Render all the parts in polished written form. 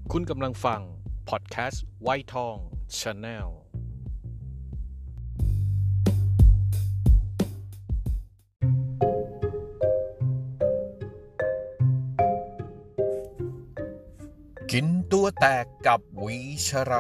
คุณกำลังฟังพอดแคสต์ไวท์ทอง Channel กินตัวแตกกับวีชรา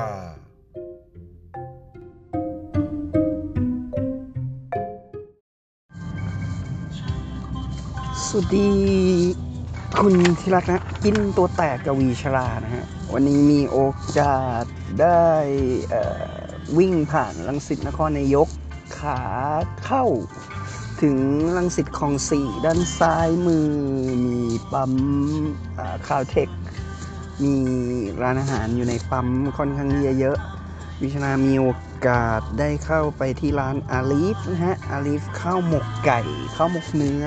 สวัสดีคุณที่รักนะกินตัวแตกกับวีชรานะฮะวันนี้มีโอกาสได้วิ่งผ่านรังสิตนครนายกขาเข้าถึงรังสิตคลอง4ด้านซ้ายมือมีปั๊มคาวเทคมีร้านอาหารอยู่ในปั๊มค่อนข้างเยอะวิชนามีโอกาสได้เข้าไปที่ร้านอาลีฟนะฮะอาลีฟข้าวหมกไก่ข้าวหมกเนื้อ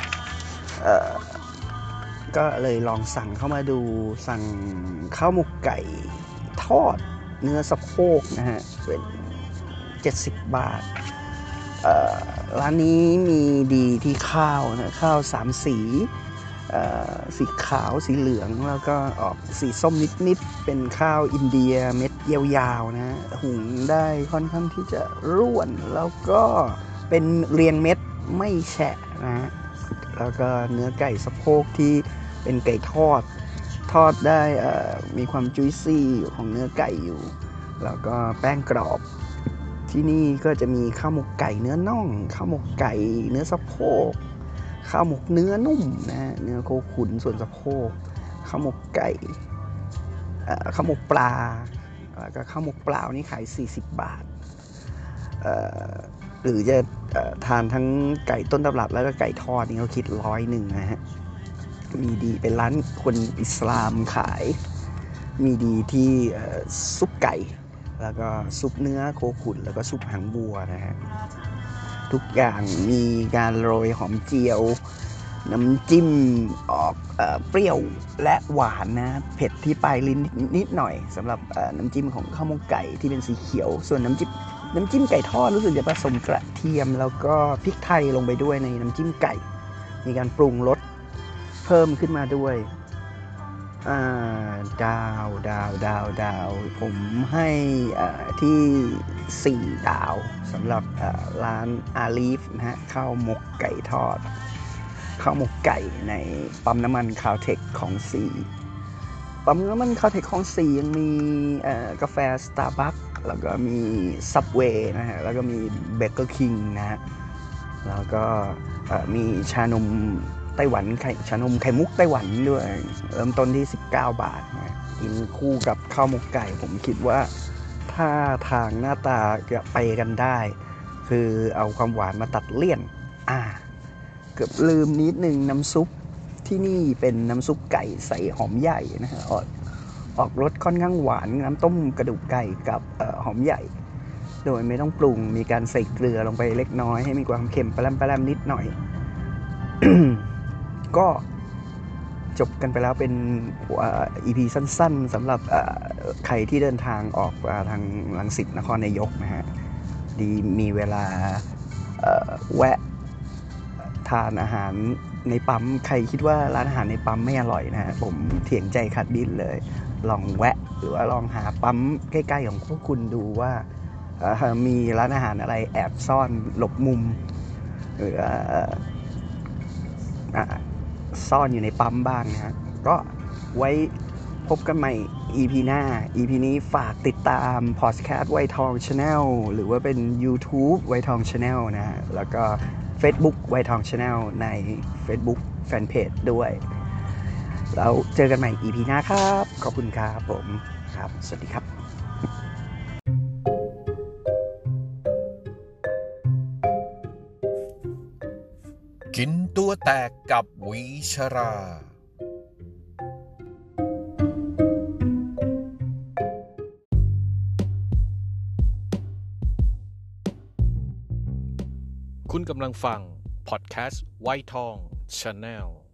ก็เลยลองสั่งเข้ามาดูสั่งข้าวหมกไก่ทอดเนื้อสะโพกนะฮะเป็น70 บาทร้านนี้มีดีที่ข้าวนะข้าว3สีสีขาวสีเหลืองแล้วก็ออกสีส้มนิดๆเป็นข้าวอินเดียเม็ดยาวๆนะหุงได้ค่อนข้างที่จะร่วนแล้วก็เป็นเรียงเม็ดไม่แฉะนะแล้วก็เนื้อไก่สะโพกที่เป็นไก่ทอดได้มีความจุยซี่ของเนื้อไก่อยู่แล้วก็แป้งกรอบที่นี่ก็จะมีข้าวหมกไก่เนื้อน่องข้าวหมกไก่เนื้อสะโพกข้าวหมกเนื้อนุ่มนะเนื้อโคขุนส่วนสะโพกข้าวหมกไก่ข้าวหมกปลาแล้วก็ข้าวหมกเปล่านี่ขาย40 บาทหรือจะทานทั้งไก่ต้นตำรับแล้วก็ไก่ทอดนี่เขาคิด100นะฮะมีดีเป็นร้านคนอิสลามขายมีดีที่ซุปไก่แล้วก็ซุปเนื้อโคขุนแล้วก็ซุปหางบัวนะฮะทุกอย่างมีการโรยหอมเจียวน้ำจิ้มออกเปรี้ยวและหวานนะเผ็ดที่ปลายลิ้นนิดหน่อยสำหรับน้ำจิ้มของข้าวหมกไก่ที่เป็นสีเขียวส่วนน้ำจิ้มไก่ทอดรู้สึกจะผสมกระเทียมแล้วก็พริกไทยลงไปด้วยในน้ำจิ้มไก่มีการปรุงรสเพิ่มขึ้นมาด้วยดาวผมให้ที่4 ดาวสำหรับร้านอาลีฟนะฮะข้าวหมกไก่ทอดข้าวหมกไก่ในปั๊มน้ำมันคาวเทคของ4ปั๊มน้ำมันคาวเทคของ4ยังมีกาแฟ Starbucks แล้วก็มี Subway นะฮะแล้วก็มี Burger King นะฮะแล้วก็มีชานมไต้หวันชานมไข่มุกไต้หวันด้วยเริ่มต้นที่19 บาทนะกินคู่กับข้าวหมกไก่ผมคิดว่าถ้าทางหน้าตาจะไปกันได้คือเอาความหวานมาตัดเลี่ยนเกือบลืมนิดนึงน้ำซุปที่นี่เป็นน้ำซุปไก่ใส่หอมใหญ่นะฮะออกรสค่อนข้างหวานน้ำต้มกระดูกไก่กับหอมใหญ่โดยไม่ต้องปรุงมีการใส่เกลือลงไปเล็กน้อยให้มีความเค็มปลมนิดหน่อย ก็จบกันไปแล้วเป็นEP สั้นๆสำหรับใครที่เดินทางออกทางรังสิตนครนายกนะฮะดีมีเวลาแวะทานอาหารในปั๊มใครคิดว่าร้านอาหารในปั๊มไม่อร่อยนะฮะผมเถียงใจขัดดิ้นเลยลองแวะหรือว่าลองหาปั๊มใกล้ๆของพวกคุณดูว่ามีร้านอาหารอะไรแอบซ่อนหลบมุมหรือซ่อนอยู่ในปั๊มบ้างนะฮะก็ไว้พบกันใหม่ EP หน้า EP นี้ฝากติดตาม Podcast ไวทอง Channel หรือว่าเป็น YouTube ไวทอง Channel นะฮะแล้วก็ Facebook ไวทอง Channel ใน Facebook Fanpage ด้วยแล้วเจอกันใหม่ EP หน้าครับขอบคุณครับผมครับสวัสดีครับกินตัวแตกกับวีชรา คุณกำลังฟังพอดแคสต์ไวท์ทอง Channel